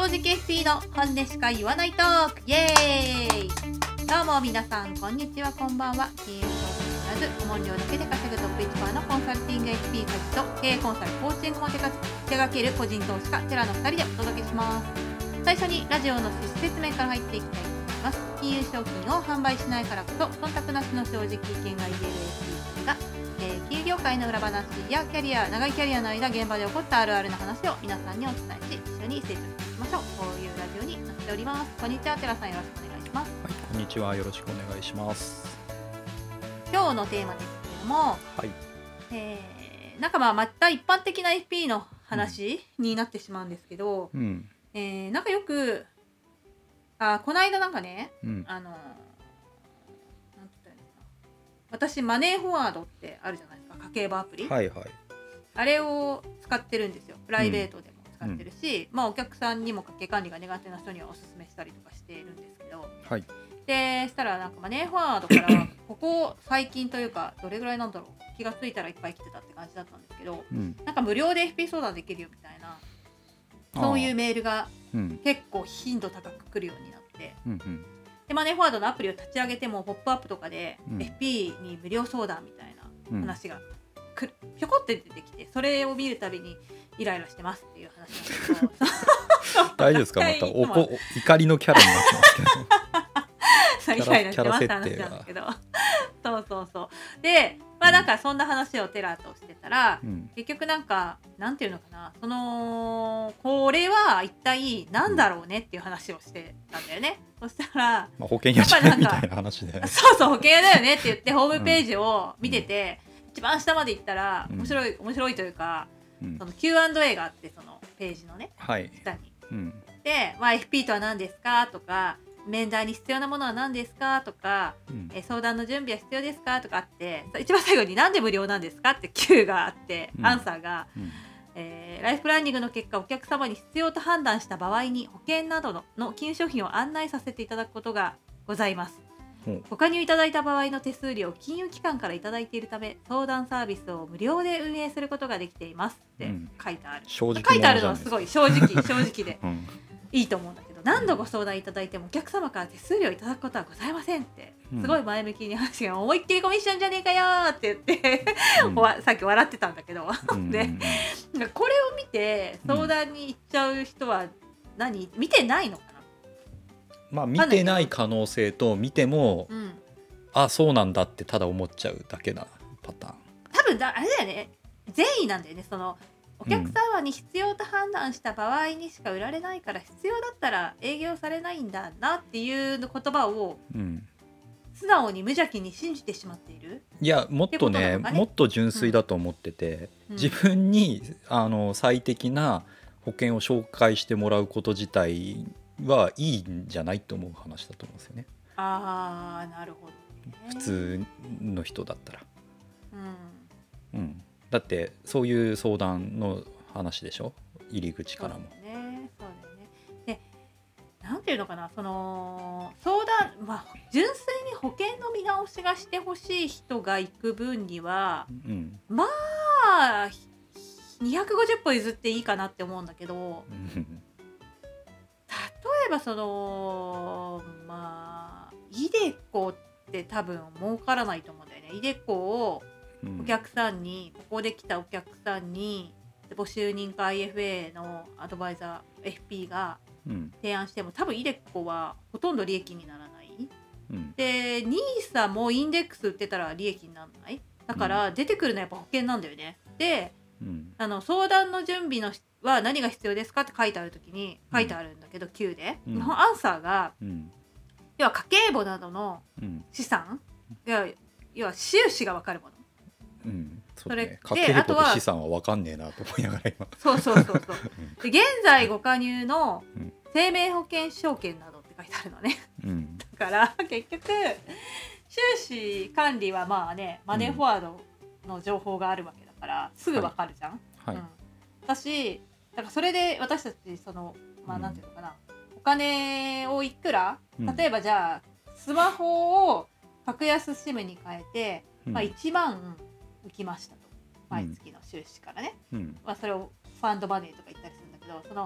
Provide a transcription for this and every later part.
直 FP の本音しか言わないトークイエーイ。どうも皆さんこんにちは、こんばんは。経営トークにならず顧問料だけで稼ぐトップ1%のコンサルティング FP 家事と経営コンサルコーチングも手掛ける個人投資家チェラの2人でお届けします。最初にラジオの趣旨説明から入っていきたいと思います。金融商品を販売しないからこそ忖度なしの正直意見が言える FP が金融業界の裏話や長いキャリアの間現場で起こったあるあるの話を皆さんにお伝えし、一緒に成長していきましょう。こういうラジオになっております。こんにちは、テラさんよろしくお願いします。 はい、こんにちは、よろしくお願いします。 今日のテーマですけれども、 はい、 なんかまた一般的な FP の話になってしまうんですけど、なんかよくこの間なんかね、なんて言ったらいいのかな、私マネーフォワードってあるじゃないですか、家計簿アプリ、 はいはい、 あれを使ってるんですよ。プライベートでも使ってるし、お客さんにも家計管理が苦手な人にはおすすめしたりとかしているんですけど、 はい、 でしたらなんかマネーフォワードからここ最近というかどれぐらいなんだろう、気がついたらいっぱい来てたって感じだったんですけど、なんか無料で FP 相談できるよみたいな、そういうメールが結構頻度高く来るようになって、でマネーフォワードのアプリを立ち上げてもポップアップとかで、FP に無料相談みたいな話がぴょこって出てきて、それを見るたびにイライラしてますっていう話なんですけど大丈夫ですか、また怒りのキャラになってますけどイライラしてますって話なんですけどそうで、なんかそんな話をテラとしてたら、結局なんかなんていうのかな、これは一体なんだろうねっていう話をしてたんだよね。そしたら、 保険屋じゃないみたいな話で、 そう保険屋だよねって言ってホームページを見てて、一番下まで行ったら面白いというか、その Q&A があって、そのページのね、下に、で、FP とは何ですかとか、面談に必要なものは何ですかとか、相談の準備は必要ですかとかあって、一番最後になんで無料なんですかって Q があって、アンサーが、ライフプランニングの結果お客様に必要と判断した場合に保険などの金融商品を案内させていただくことがございます。ご加入いただいた場合の手数料を金融機関からいただいているため、相談サービスを無料で運営することができていますって書いてある、書いてあるのはすごい正直でいいと思うんだけど、何度ご相談いただいてもお客様から手数料いただくことはございませんって、すごい前向きに話が、思いっきりコミッションじゃねえかよって言ってさっき笑ってたんだけどで、これを見て相談に行っちゃう人は見てないのかな。 見てない可能性と、見ても、そうなんだってただ思っちゃうだけなパターン。 多分あれだよね、善意なんだよね。そのお客様に必要と判断した場合にしか売られないから、必要だったら営業されないんだなっていう言葉を、素直に無邪気に信じてしまっている。 いや、もっとね、もっと純粋だと思ってて、自分に最適な保険を紹介してもらうこと自体はいいんじゃないと思う話だと思うんですよね。 なるほど、ね、 普通の人だったら、だってそういう相談の話でしょ、入り口からも。 そうだよね。で、なんていうのかな、その相談、純粋に保険の見直しがしてほしい人が行く分には、250歩譲っていいかなって思うんだけど、例えばそのイデコって多分儲からないと思うんだよね。イデコをお客さんに、ここで来たお客さんに募集人か IFA のアドバイザー FP が提案しても、多分イデコはほとんど利益にならない、で NISA もインデックス売ってたら利益にならない。だから出てくるのはやっぱ保険なんだよね。で、相談の準備は何が必要ですかって書いてある時に書いてあるんだけど、Q で、アンサーが、要は家計簿などの資産、要は収支が分かるもの、 そうね、家計簿と資産は分かんねえなと思いながら今そうで、現在ご加入の生命保険証券などって書いてあるのね、だから結局収支管理はマネーフォワードの情報があるわけだからすぐ分かるじゃん。私だからそれで私たちなんていうのかな、お金をいくら、例えばじゃあスマホを格安 SIM に変えて、1万浮きましたと、毎月の収支からね、それをファンドマネーとか言ったりするんだけど、そ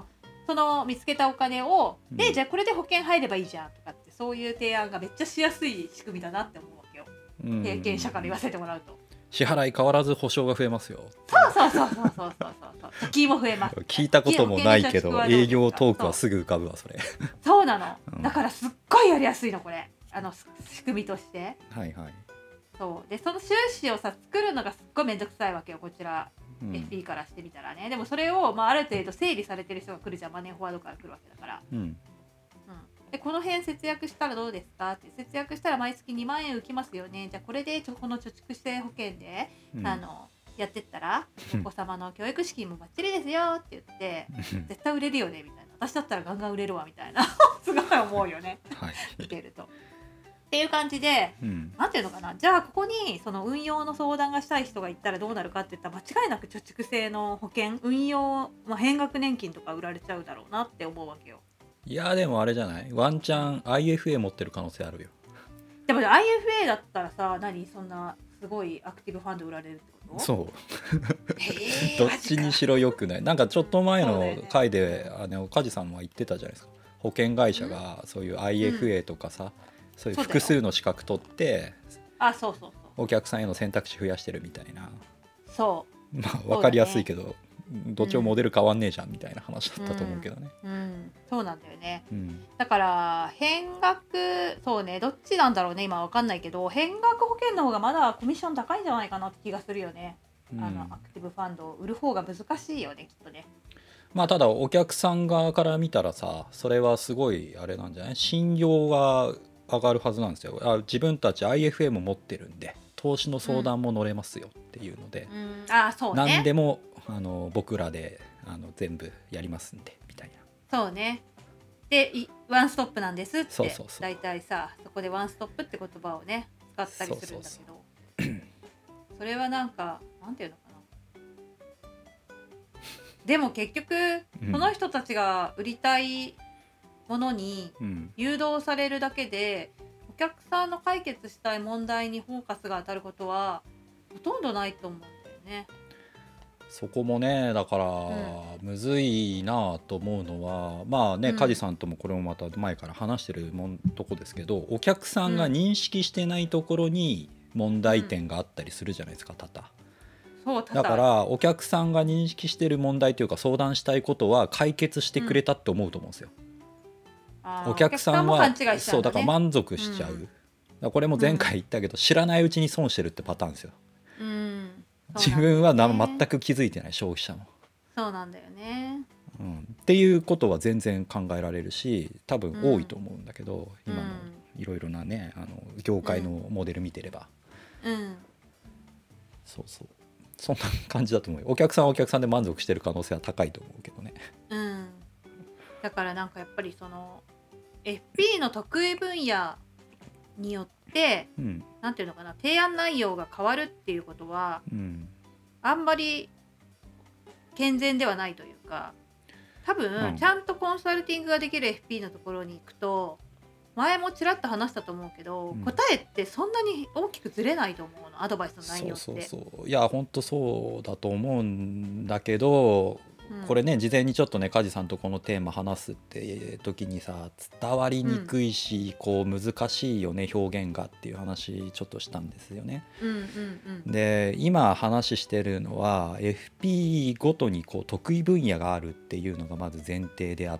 その見つけたお金を、じゃあこれで保険入ればいいじゃんとかって、そういう提案がめっちゃしやすい仕組みだなって思うわけよ、経験者から言わせてもらうと。 支払い変わらず保証が増えますよ。 そう貯金も増えます。 聞いたこともないけど営業トークはすぐ浮かぶわそれ。 そうなの、だからすっごいやりやすいのこれ、仕組みとして。 はいはい。 そうで、その収支をさ作るのがすっごいめんどくさいわけよこちら、FP からしてみたらね。でもそれを、ある程度整理されてる人が来るじゃん、マネーフォワードから来るわけだから、でこの辺節約したらどうですかって、節約したら毎月2万円浮きますよね、じゃあこれでこの貯蓄して保険で、やってったらお子様の教育資金もバッチリですよって言って絶対売れるよねみたいな、私だったらガンガン売れるわみたいなすごい思うよね、見てると。っていう感じで、なんていうのかな、じゃあここにその運用の相談がしたい人がいったらどうなるかって言ったら、間違いなく貯蓄性の保険運用、変額年金とか売られちゃうだろうなって思うわけよ。 いやでもあれじゃない、ワンチャン IFA 持ってる可能性あるよ。 でも IFA だったらさ、そんなすごいアクティブファンド売られるってこと？ そうどっちにしろよくない。なんかちょっと前の回で梶さんも言ってたじゃないですか、保険会社がそういう IFA とかさ、そういう複数の資格取ってお客さんへの選択肢増やしてるみたいな。 そう分かりやすいけど、どっちもモデル変わんねえじゃんみたいな話だったと思うけどね。 そうなんだよね、だから変額、そうね、どっちなんだろうね今分かんないけど、変額保険の方がまだコミッション高いんじゃないかなって気がするよね、アクティブファンドを売る方が難しいよねきっとね。 ただお客さん側から見たらさ、それはすごいあれなんじゃない、信用が上がるはずなんですよ。自分たち IFA も持ってるんで投資の相談も乗れますよっていうので、 そうね、 何でも僕らで全部やりますんでみたいな。そうね、でワンストップなんですって大体さ、そこでワンストップって言葉をね使ったりするんだけど、それはなんていうのかな、でも結局その人たちが売りたいものに誘導されるだけで、お客さんの解決したい問題にフォーカスが当たることはほとんどないと思うんだよね。 そこもね、だからむずいなと思うのは、梶さんともこれもまた前から話してるとこですけど、お客さんが認識してないところに問題点があったりするじゃないですか、多々。だからお客さんが認識してる問題というか相談したいことは解決してくれたって思うと思うんですよ、お客さんはそうだから満足しちゃう、これも前回言ったけど、知らないうちに損してるってパターンですよ、自分は全く気づいてない、消費者も。 そうなんだよね、 っていうことは全然考えられるし、多分多いと思うんだけど、今のいろいろなね業界のモデル見てれば、そんな感じだと思うよ。お客さんはお客さんで満足してる可能性は高いと思うけどね。 だからなんかやっぱりその FP の得意分野によって、なんていうのかな、提案内容が変わるっていうことは、あんまり健全ではないというか、多分ちゃんとコンサルティングができる FP のところに行くと、前もちらっと話したと思うけど、答えってそんなに大きくずれないと思うの、アドバイスの内容って。 いや本当そうだと思うんだけど、これね事前にちょっとね梶さんとこのテーマ話すって時にさ、伝わりにくいし、難しいよね表現がっていう話ちょっとしたんですよね。で今話してるのは FP ごとに得意分野があるっていうのがまず前提であって、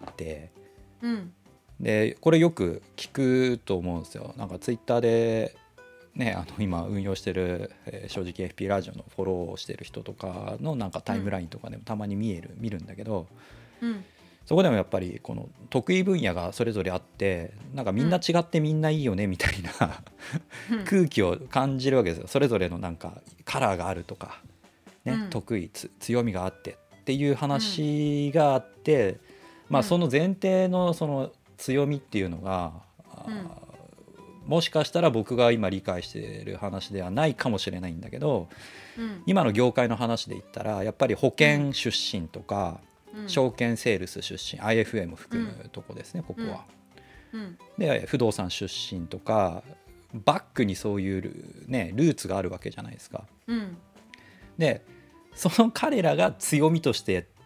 でこれよく聞くと思うんですよ。なんかツイッターでね、今運用してる、正直 FP ラジオのフォローしてる人とかのなんかタイムラインとかでもたまに見るんだけど、そこでもやっぱりこの得意分野がそれぞれあって、なんかみんな違ってみんないいよねみたいな空気を感じるわけですよ。それぞれのなんかカラーがあるとか、得意強みがあってっていう話があって、その前提のその強みっていうのが、もしかしたら僕が今理解している話ではないかもしれないんだけど、今の業界の話で言ったらやっぱり保険出身とか、証券セールス出身 IFA も含むとこですね、ここは。で不動産出身とかバックにそういう、ルーツがあるわけじゃないですか。でその彼らが強みとして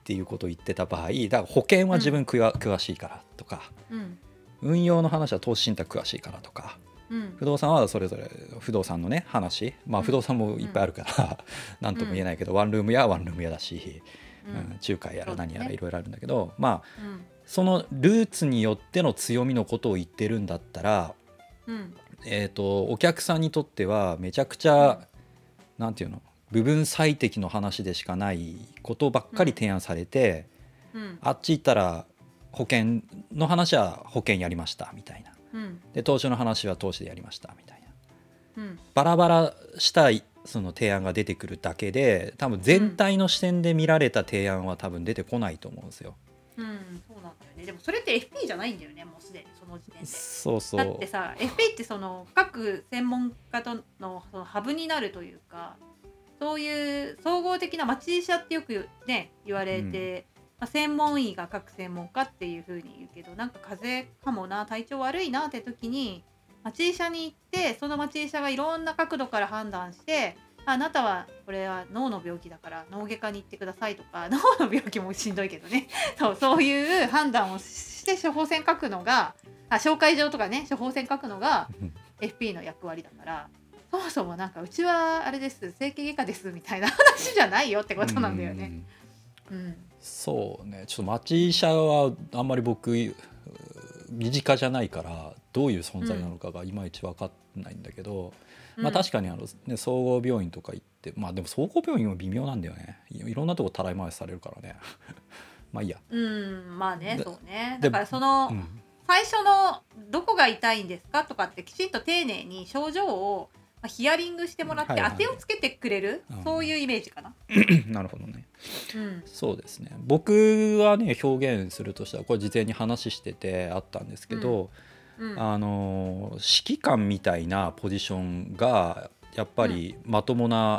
っていうことを言ってた場合、だから保険は自分詳しいからとか、運用の話は投資信託詳しいからとか、不動産はそれぞれ不動産のね話、不動産もいっぱいあるから何とも言えないけど、ワンルームやワンルームやだし、仲介やら何やらいろいろあるんだけど、そのルーツによっての強みのことを言ってるんだったら、お客さんにとってはめちゃくちゃ、なんていうの、部分最適の話でしかないことばっかり提案されて、あっち行ったら保険の話は保険やりましたみたいな、で投資の話は投資でやりましたみたいな、バラバラしたその提案が出てくるだけで、多分全体の視点で見られた提案は多分出てこないと思うんですよ。 そうなんだよね。でもそれって FP じゃないんだよね、もうすでにその時点で。 そうそう。 だってさ、FP ってその各専門家とのそのハブになるというか、そういう総合的な町医者ってよくね言われて、専門医が各専門家っていう風に言うけど、なんか風邪かもな、体調悪いなって時に町医者に行って、その町医者がいろんな角度から判断して、あなたはこれは脳の病気だから脳外科に行ってくださいとか、脳の病気もしんどいけどねそういう判断をして処方箋書くのが、紹介状とかね処方箋書くのが FP の役割だから、そもそもなんかうちはあれです、整形外科ですみたいな話じゃないよってことなんだよね。 そうね、ちょっと町医者はあんまり僕身近じゃないからどういう存在なのかがいまいち分かんないんだけど、確かに総合病院とか行って、でも総合病院は微妙なんだよね。いろんなとこたらい回しされるからねまあいいや。 そうね。だからその、最初のどこが痛いんですかとかってきちんと丁寧に症状をヒアリングしてもらって当てをつけてくれる、そういうイメージかななるほどね、そうですね。僕はね表現するとしたら、これ事前に話しててあったんですけど、指揮官みたいなポジションがやっぱりまともな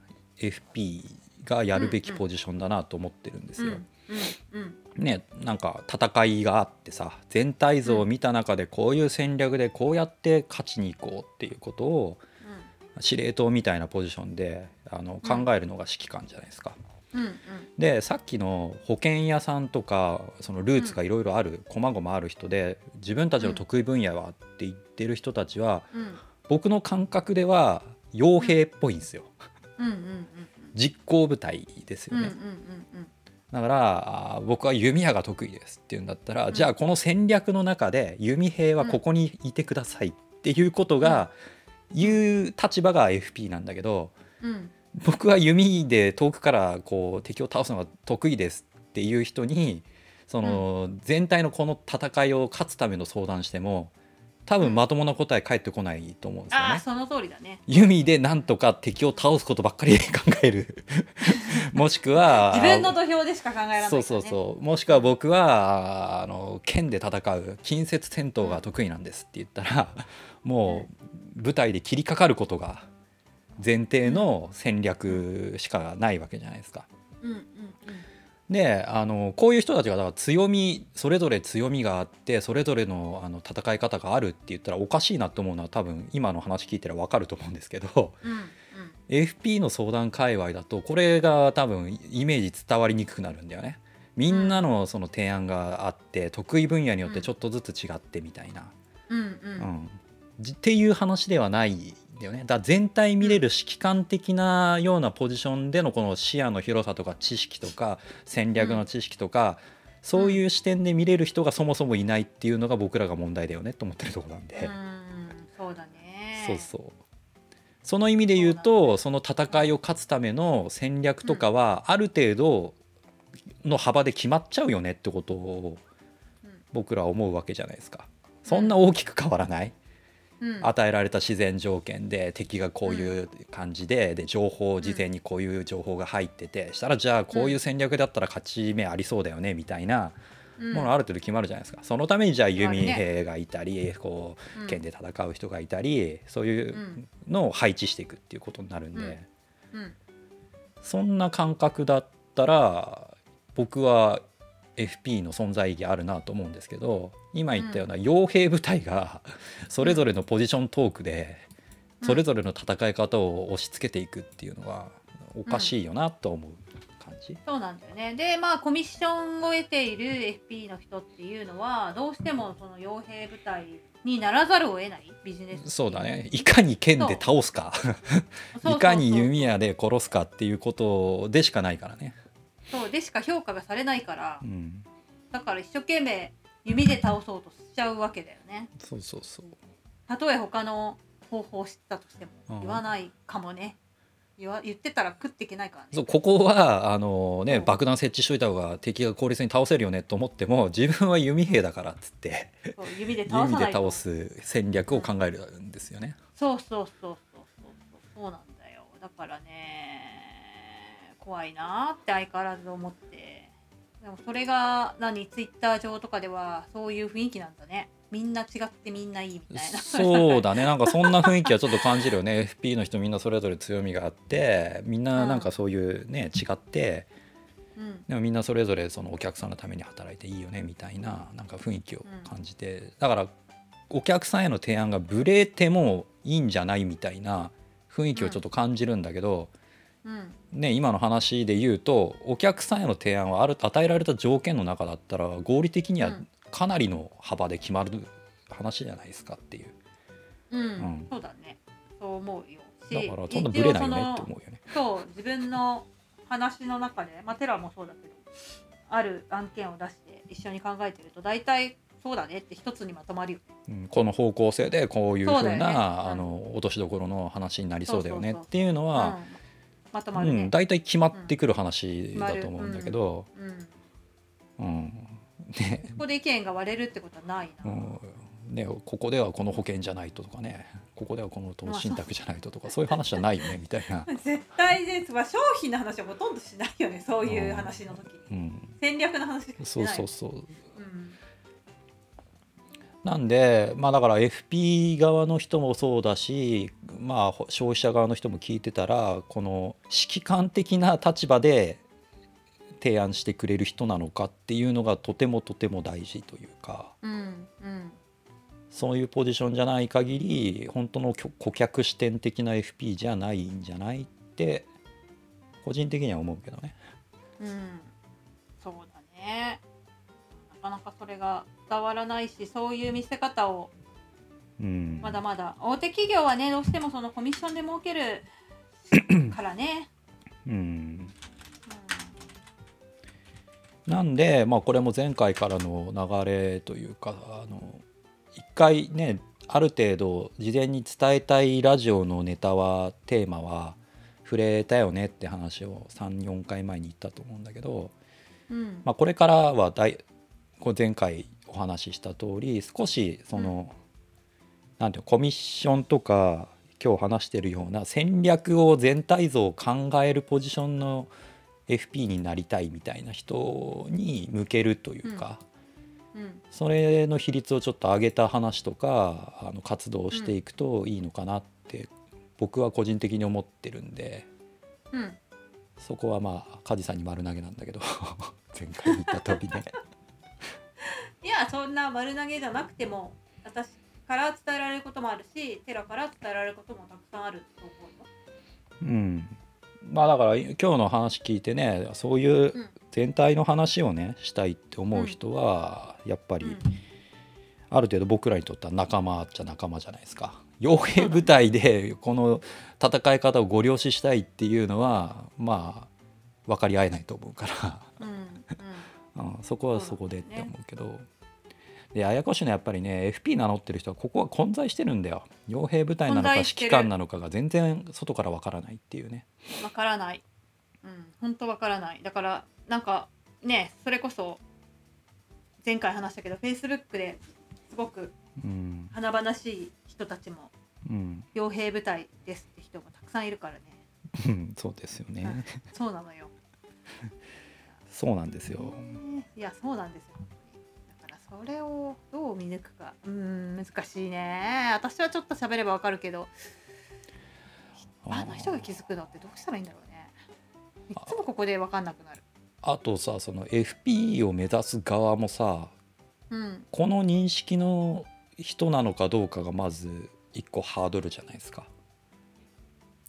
FP がやるべきポジションだなと思ってるんですよ。なんか戦いがあってさ、全体像を見た中でこういう戦略でこうやって勝ちに行こうっていうことを、司令塔みたいなポジションで考えるのが指揮官じゃないですか。でさっきの保険屋さんとかそのルーツがいろいろある、細々ある人で自分たちの得意分野はって言ってる人たちは、僕の感覚では傭兵っぽいんですよ。実行部隊ですよね。だから僕は弓矢が得意ですっていうんだったら、じゃあこの戦略の中で弓兵はここにいてくださいっていうことが言う立場が FP なんだけど、僕は弓で遠くからこう敵を倒すのが得意ですっていう人に、その全体のこの戦いを勝つための相談しても多分まともな答え返ってこないと思うんですよね。 その通りだね。 弓でなんとか敵を倒すことばっかり考えるもしくは自分の土俵でしか考えられないからね。 そうもしくは僕は剣で戦う近接戦闘が得意なんですって言ったら、もう舞台で切りかかることが前提の戦略しかないわけじゃないですか。でこういう人たちがだからそれぞれ強みがあってそれぞれの戦い方があるって言ったらおかしいなと思うのは多分今の話聞いてら分かると思うんですけど、FP の相談界隈だとこれが多分イメージ伝わりにくくなるんだよね。みんなのその提案があって得意分野によってちょっとずつ違ってみたいな、っていう話ではないだよね。だから全体見れる指揮官的なようなポジションでのこの視野の広さとか知識とか戦略の知識とか、そういう視点で見れる人がそもそもいないっていうのが僕らが問題だよねと思ってるところなんで。 そうだね。 その意味で言うと、その戦いを勝つための戦略とかはある程度の幅で決まっちゃうよねってことを僕らは思うわけじゃないですか。そんな大きく変わらない、与えられた自然条件で敵がこういう感じで、情報事前にこういう情報が入ってて、したらじゃあこういう戦略だったら勝ち目ありそうだよねみたいなものある程度決まるじゃないですか。そのためにじゃあ弓兵がいたりこう剣で戦う人がいたり、そういうのを配置していくっていうことになるんで、そんな感覚だったら僕はFP の存在意義あるなと思うんですけど、今言ったような傭兵部隊がそれぞれのポジショントークでそれぞれの戦い方を押し付けていくっていうのはおかしいよなと思う感じ。 じ。 そうなんだよね。でまあコミッションを得ている FP の人っていうのはどうしてもその傭兵部隊にならざるを得ないビジネス。 そうだね。いかに剣で倒すかいかに弓矢で殺すかっていうことでしかないからね。 そうでしか評価がされないから、 うん、 だから一生懸命弓で倒そうとしちゃうわけだよね。 そうそうそう。 たとえ他の方法を知ったとしても言わないかもね。言ってたら食っていけないからね。 そうここはね、爆弾設置しといた方が敵が効率に倒せるよねと思っても自分は弓兵だからっつって弓で倒す戦略を考えるんですよね。 そうなんだよ。だからね怖いなって相変わらず思って、でもそれがツイッター上とかではそういう雰囲気なんだね。みんな違ってみんないいみたいな。 そうだね、なんかそんな雰囲気はちょっと感じるよねFP の人みんなそれぞれ強みがあってみんななんかそういうね、違って、でもみんなそれぞれそのお客さんのために働いていいよねみたいななんか雰囲気を感じて、だからお客さんへの提案がブレてもいいんじゃないみたいな雰囲気をちょっと感じるんだけど、ね、今の話で言うとお客さんへの提案は与えられた条件の中だったら合理的にはかなりの幅で決まる話じゃないですかっていう、 そうだね、そう思うよし、 だからそんなブレないよねって思うよね。 そう自分の話の中で、テラもそうだけどある案件を出して一緒に考えてると大体そうだねって一つにまとまるよね、 この方向性でこういうふうな、落としどころの話になりそうだよねっていうのはまとまるね、 大体決まってくる話だと思うんだけど、 ね、そこで意見が割れるってことはないな、 ね、ここではこの保険じゃないととかね、ここではこの投資信託じゃないととかそういう話じゃないよねみたいな絶対で、商品の話はほとんどしないよね、そういう話の時に、戦略の話しかしない。 そうなんでだから FP 側の人もそうだし、消費者側の人も聞いてたらこの指揮官的な立場で提案してくれる人なのかっていうのがとても大事というか、そういうポジションじゃない限り本当の顧客視点的な FP じゃないんじゃないって個人的には思うけどね。 そうだね、なかなかそれが伝わらないし、そういう見せ方をまだまだ大手企業はねどうしてもそのコミッションで儲けるからねなんでこれも前回からの流れというか一回ねある程度事前に伝えたいラジオのネタはテーマは触れたよねって話を 3,4 回前に言ったと思うんだけど、これからは前回お話しした通り少しその、なんていうコミッションとか今日話してるような戦略を全体像を考えるポジションの FP になりたいみたいな人に向けるというか、それの比率をちょっと上げた話とか活動をしていくといいのかなって僕は個人的に思ってるんで、そこは梶さんに丸投げなんだけど前回言った通りねいやそんな丸投げじゃなくても私から伝えられることもあるしテラから伝えられることもたくさんあると思うよ。 だから今日の話聞いてねそういう全体の話をねしたいって思う人はやっぱりある程度僕らにとっては仲間っちゃ仲間じゃないですか。傭兵部隊でこの戦い方をご了承したいっていうのは分かり合えないと思うからそこはそこでって思うけど、でややこしいのはやっぱりね FP 名乗ってる人はここは混在してるんだよ。傭兵部隊なのか指揮官なのかが全然外からわからないっていうね。 わからない、本当わからない。だからなんかねそれこそ前回話したけど Facebook ですごく華々しい人たちも傭兵部隊ですって人もたくさんいるからね。 そうですよね、 そうなのよそうなんですよ。 いやそうなんですよ。だからそれをどう見抜くか難しいね。私はちょっと喋ればわかるけど一般の人が気づくのってどうしたらいいんだろうね。いつもここでわかんなくなる。 あとさその FP を目指す側もさ、この認識の人なのかどうかがまず一個ハードルじゃないですか。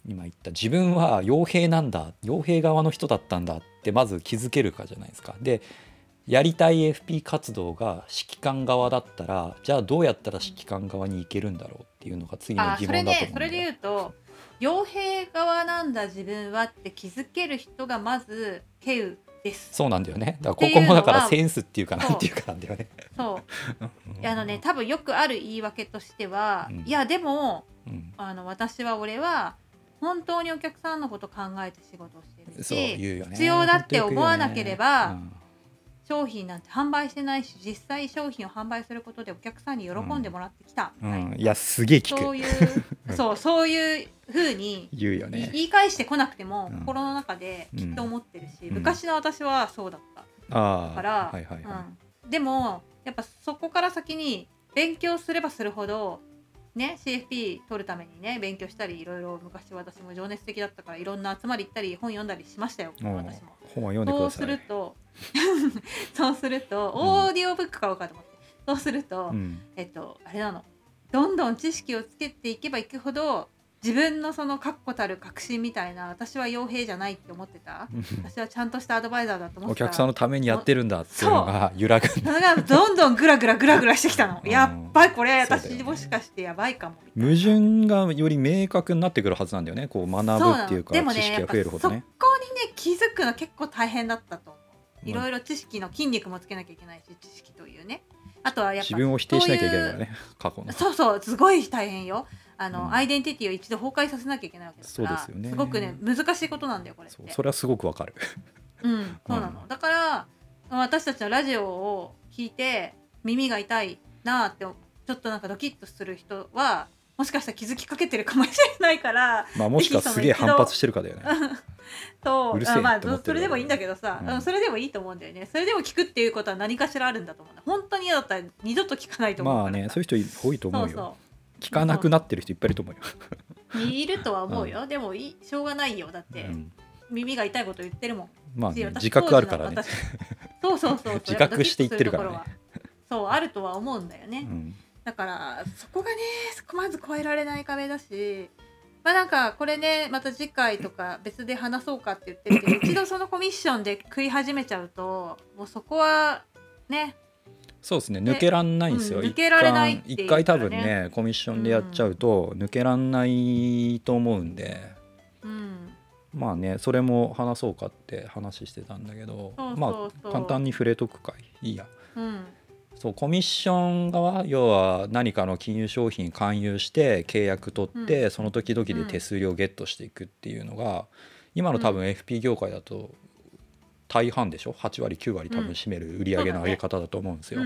今言った自分は傭兵なんだ、傭兵側の人だったんだってまず気づけるかじゃないですか。でやりたい FP 活動が指揮官側だったら、じゃあどうやったら指揮官側に行けるんだろうっていうのが次の疑問だと思うんだよ。 それで言うと傭兵側なんだ自分はって気づける人がまずケウです。 そうなんだよね。だからここもだからセンスっていうかなんていうかなんだよね。 そう多分よくある言い訳としては、いやでも、俺は本当にお客さんのこと考えて仕事をしてるし、 言うよね、 必要だって思わなければ、商品なんて販売してないし、実際商品を販売することでお客さんに喜んでもらってきたみたいな、 いやすげえ聞くそういう風に言うよね。 言い返してこなくても、心の中できっと思ってるし、昔の私はそうだったから、でもやっぱそこから先に勉強すればするほどね、CFP 取るためにね勉強したり、いろいろ昔私も情熱的だったからいろんな集まり行ったり本読んだりしましたよ。私も本は読んでください。 そうするとオーディオブック買おうかと思って、そうすると、あれなの、どんどん知識をつけていけばいくほど自分のその確固たる確信みたいな、私は傭兵じゃないって思ってた私はちゃんとしたアドバイザーだと思ってた、 お客さんのためにやってるんだっていうのが揺らぐ。 それがどんどんグラグラしてきたの。やっぱりこれ私もしかしてやばいかもみたいな。 矛盾がより明確になってくるはずなんだよね、こう学ぶっていうか、知識が増えるほどね。 そこにね気づくの結構大変だったと思う。いろいろ知識の筋肉もつけなきゃいけないし、知識というね、あとはやっぱ自分を否定しなきゃいけないからね、過去の。 そうすごい大変よ。アイデンティティを一度崩壊させなきゃいけないわけだから、 そうですよね、 すごくね難しいことなんだよこれって。 それはすごくわかる。 そうなの。だから私たちのラジオを聞いて耳が痛いなってちょっとなんかドキッとする人はもしかしたら気づきかけてるかもしれないから、 もしかすげえ反発してるかだよね。 そうそれでもいいんだけどさ、それでもいいと思うんだよね。それでも聞くっていうことは何かしらあるんだと思うんだ。本当に嫌だったら二度と聞かないと思うから。 そういう人多いと思うよ。聞かなくなってる人いっぱいいると思うよ。 いるとは思うよ。でもしょうがないよ。だって、耳が痛いこと言ってるもん。 自覚あるからね。 そう自覚して言ってるからね。 そうあるとは思うんだよね。だからそこがねまず越えられない壁だし、なんかこれねまた次回とか別で話そうかって言ってるけど一度そのコミッションで食い始めちゃうともうそこはね。 そうですね、抜けらんないんですよ。 抜けられないっていう一回多分ねコミッションでやっちゃうと抜けらんないと思うんで、それも話そうかって話してたんだけど、簡単に触れとくかいいや。そうコミッション側、要は何かの金融商品勧誘して契約取って、その時々で手数料ゲットしていくっていうのが、今の多分 FP 業界だと大半でしょ。8割9割多分占める売り上げの上げ方だと思うんですよ。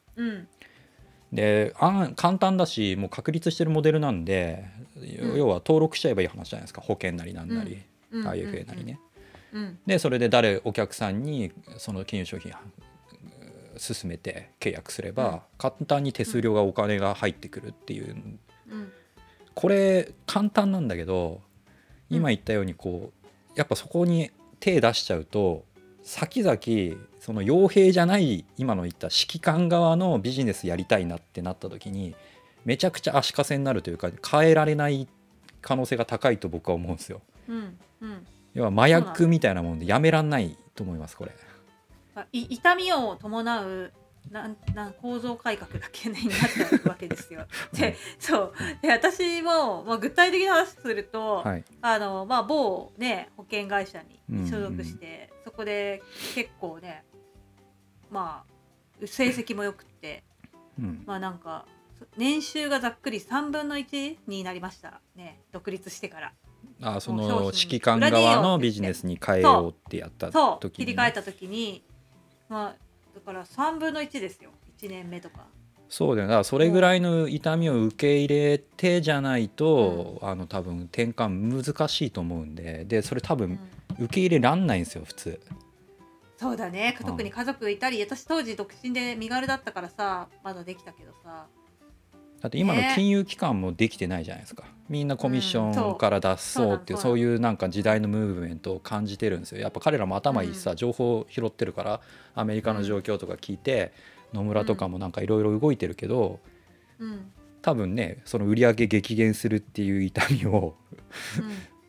で簡単だしもう確立してるモデルなんで、要は登録しちゃえばいい話じゃないですか。保険なりなんなり、IFA なりね。でそれでお客さんにその金融商品進めて契約すれば、簡単に手数料がお金が入ってくるっていう、これ簡単なんだけど、今言ったようにやっぱそこに手出しちゃうと先々その傭兵じゃない今の言った指揮官側のビジネスやりたいなってなった時にめちゃくちゃ足かせになるというか、変えられない可能性が高いと僕は思うんですよ。要は麻薬みたいなもんでやめらんないと思いますこれ。 痛みを伴う構造改革だけ、になっちゃうわけですよ。で私も、具体的な話すると、某、ね、保険会社に所属して、そこで結構ね成績もよくって、なんか年収がざっくり3分の1になりましたね、独立してから。 その指揮官側のビジネスに変えようってやった時に、 切り替えた時にだから3分の1ですよ、1年目とか。 そうだよね。だからそれぐらいの痛みを受け入れてじゃないと、多分転換難しいと思うんで、それ多分受け入れらんないんですよ普通。 そうだね、特に家族いたり、私当時独身で身軽だったからさまだできたけどさ。 だって今の金融機関もできてないじゃないですか。みんなコミッションから脱そうっていう、そういうなんか時代のムーブメントを感じてるんですよ。やっぱ彼らも頭いいさ、情報拾ってるから、アメリカの状況とか聞いて、野村とかもなんかいろいろ動いてるけど、多分ねその売り上げ激減するっていう痛みを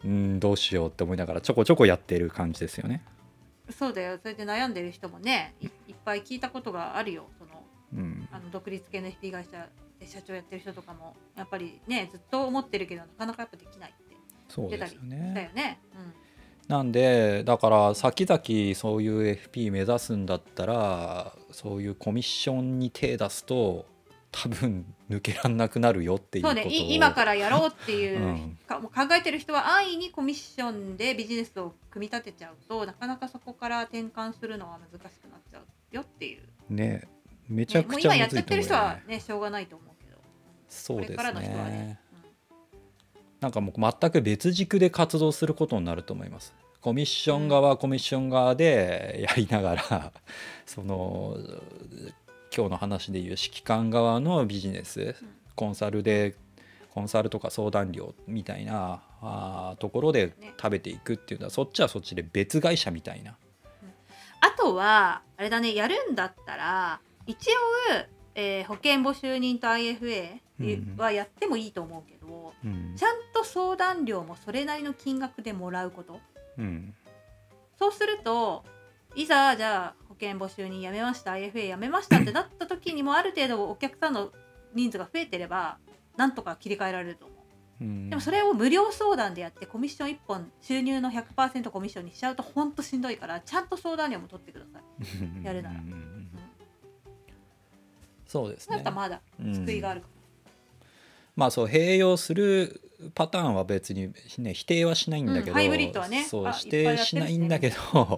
どうしようって思いながらちょこちょこやってる感じですよね。 そうだよ。それで悩んでる人もね いっぱい聞いたことがあるよ。独立系の FP 会社で社長やってる人とかもやっぱりねずっと思ってるけどなかなかやっぱできないって言ってたりしたよね。 なんでだから先々そういう FP 目指すんだったらそういうコミッションに手出すと多分抜けらんなくなるよっていうことを、 そうね、今からやろうっていう、もう考えてる人は安易にコミッションでビジネスを組み立てちゃうとなかなかそこから転換するのは難しくなっちゃうよっていうね。めちゃくちゃむずいと思うよね。 もう今やっちゃってる人はねしょうがないと思うけど、 そうですね、 これからの人はね、 なんかもう全く別軸で活動することになると思います。コミッション側、コミッション側でやりながらその今日の話でいう指揮官側のビジネス、コンサルとか相談料みたいなところで食べていくっていうのは、そっちはそっちで別会社みたいな。 あとはあれだね、やるんだったら一応、保険募集人と IFA はやってもいいと思うけど、ちゃんと相談料もそれなりの金額でもらうこと、そうするといざじゃあ保険募集人辞めました IFA 辞めましたってなった時にもある程度お客さんの人数が増えてればなんとか切り替えられると思う。でもそれを無料相談でやってコミッション1本収入の 100% コミッションにしちゃうとほんとしんどいから、ちゃんと相談料も取ってくださいやるなら。 そうですね。 だったらまだ救いがあるから、 まあそう併用するパターンは別に、ね、否定はしないんだけど、 ハイブリッドはねそう否定しないんだけど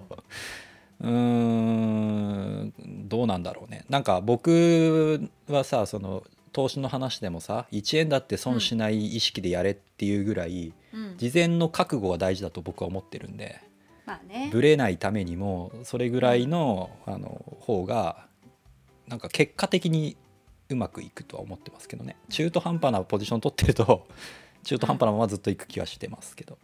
どうなんだろうね。なんか僕はさ、その投資の話でもさ、1円だって損しない意識でやれっていうぐらい、事前の覚悟が大事だと僕は思ってるんで、ブレないためにもそれぐらいの、方がなんか結果的にうまくいくとは思ってますけどね。中途半端なポジション取ってると中途半端なままずっといく気はしてますけど。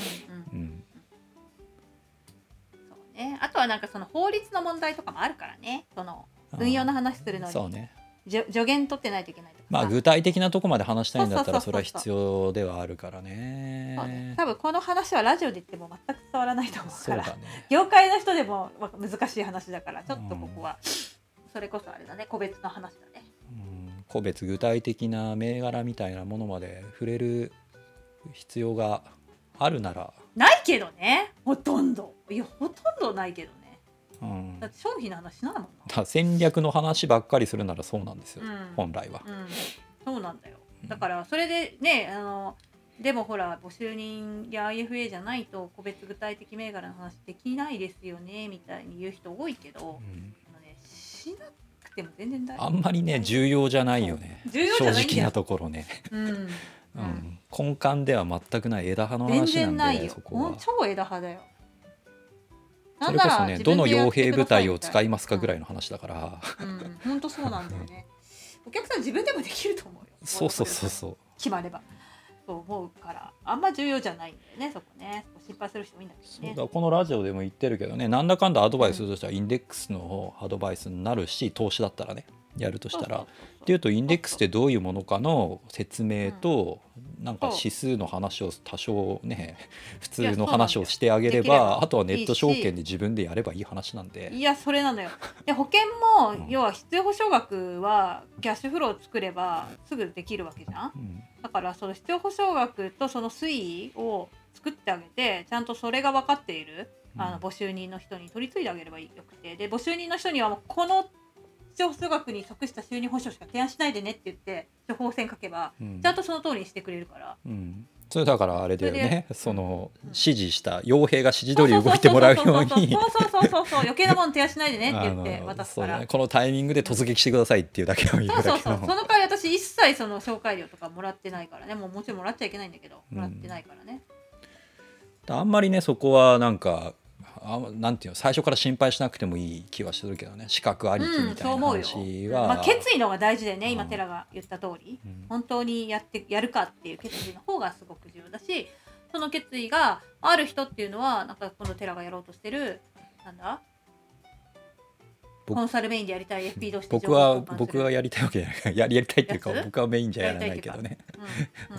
そうね。あとはなんかその法律の問題とかもあるからね。その運用の話するのにそうね、 助言取ってないといけないとか、 まあ具体的なとこまで話したいんだったらそれは必要ではあるからね。 多分この話はラジオで言っても全く伝わらないと思うから、 そうだね、 業界の人でも難しい話だからちょっとここは、それこそあれだね、個別の話だね。 個別具体的な銘柄みたいなものまで触れる必要があるなら。 ないけどね、ほとんどないけどね、だって商品の話しないもんな。 戦略の話ばっかりするならそうなんですよ、本来は、 そうなんだよ。だからそれでね、でもほら募集人や IFA じゃないと個別具体的銘柄の話できないですよねみたいに言う人多いけど、しなくても全然大丈夫。 あんまりね重要じゃないよね、正直なところね。根幹では全くない枝葉の話なんで、全然ないよ、そこは超枝葉だよ。 それこそね、どの傭兵部隊を使いますかぐらいの話だから。 本当そうなんだよね。お客さん自分でもできると思うよ。 そう決まればと思うからあんま重要じゃないんだよね、そこね。心配する人もいいんだけどね。 そうだ、このラジオでも言ってるけどね、なんだかんだアドバイスするとしたらインデックスのアドバイスになるし、投資だったらねやるとしたらっていうと、インデックスってどういうものかの説明と、なんか指数の話を多少ね普通の話をしてあげれば、あとはネット証券で自分でやればいい話なんで。 いやそれなのよ。で保険も、要は必要保証額はキャッシュフローを作ればすぐできるわけじゃん、だからその必要保証額とその推移を作ってあげて、ちゃんとそれが分かっている募集人の人に取り継いであげればよくて、で募集人の人にはもうこの必要保証額に即した収入保証しか提案しないでねって言って処方箋書けば、ちゃんとその通りにしてくれるから、 それだからあれだよね、その指示した傭兵が指示通り動いてもらうように余計なもの提案しないでねって言って渡すから、 このタイミングで突撃してくださいっていうだけの言うだけの。 その代わり私一切その紹介料とかもらってないからね。もちろんもらっちゃいけないんだけど、もらってないからね。 あんまりねそこはなんかなんていうの、最初から心配しなくてもいい気はするけどね、資格ありきみたいな話は、 決意の方が大事でね、今寺が言った通り、本当にやるかっていう決意の方がすごく重要だし、その決意がある人っていうのはなんかこの寺がやろうとしてるなんだコンサルメインでやりたい FP 同士で僕はやりたいわけじゃないやりたいっていうか僕はメインじゃやらないけどね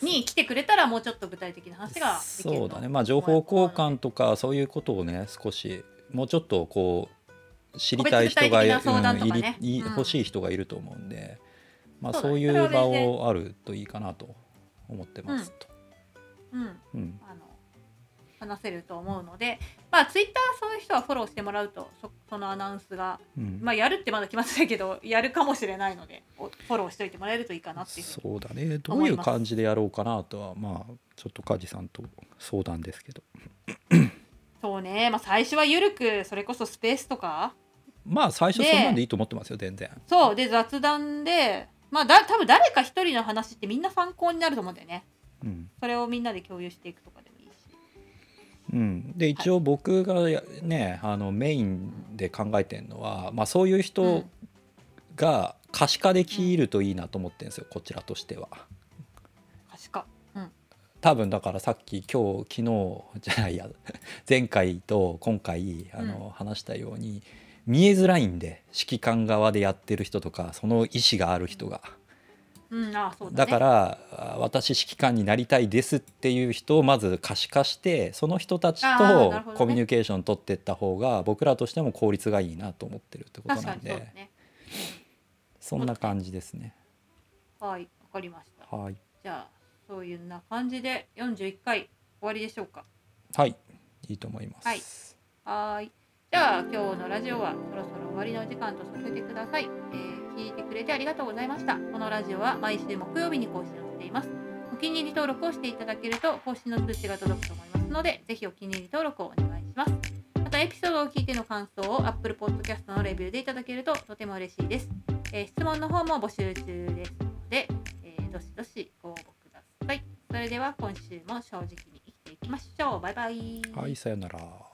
に来てくれたらもうちょっと具体的な話ができる。 そうだね、まあ情報交換とかそういうことをね少しもうちょっとこう知りたい人が、欲しい人がいると思うんで、まあそういう場をあるといいかなと思ってますと。 話せると思うので、まあツイッターそういう人はフォローしてもらうとそのアナウンスが、まあやるってまだ決まってないけどやるかもしれないのでフォローしておいてもらえるといいかなっていうふうにそうだね、どういう感じでやろうかなとはまあちょっと梶さんと相談ですけどそうね、まあ最初はゆるくそれこそスペースとかまあ最初そんなんでいいと思ってますよ全然。 そうで雑談でまあ多分誰か一人の話ってみんな参考になると思うんだよね、それをみんなで共有していくとかでもいいし、 で一応僕がねメインで考えてるのは、まあ、そういう人が可視化できるといいなと思ってるんですよ、こちらとしては。 可視化、 多分だからさっき昨日じゃないや前回と今回話したように見えづらいんで、指揮官側でやってる人とかその意思がある人が、だから私指揮官になりたいですっていう人をまず可視化してその人たちとコミュニケーション取っていった方が僕らとしても効率がいいなと思ってるってことなんで、そんな感じですね。 はい、わかりました。 はい、 じゃあそういうな感じで41回終わりでしょうか。 はい、いいと思います。 はい。じゃあ今日のラジオはそろそろ終わりの時間とさせてください。聞いてくれてありがとうございました。このラジオは毎週木曜日に更新をしています。お気に入り登録をしていただけると更新の通知が届くと思いますので、ぜひお気に入り登録をお願いします。またエピソードを聞いての感想を Apple Podcast のレビューでいただけるととても嬉しいです。質問の方も募集中ですので、どしどしご応募ください。それでは今週も正直に生きていきましょう。バイバイ。 はい、さよなら。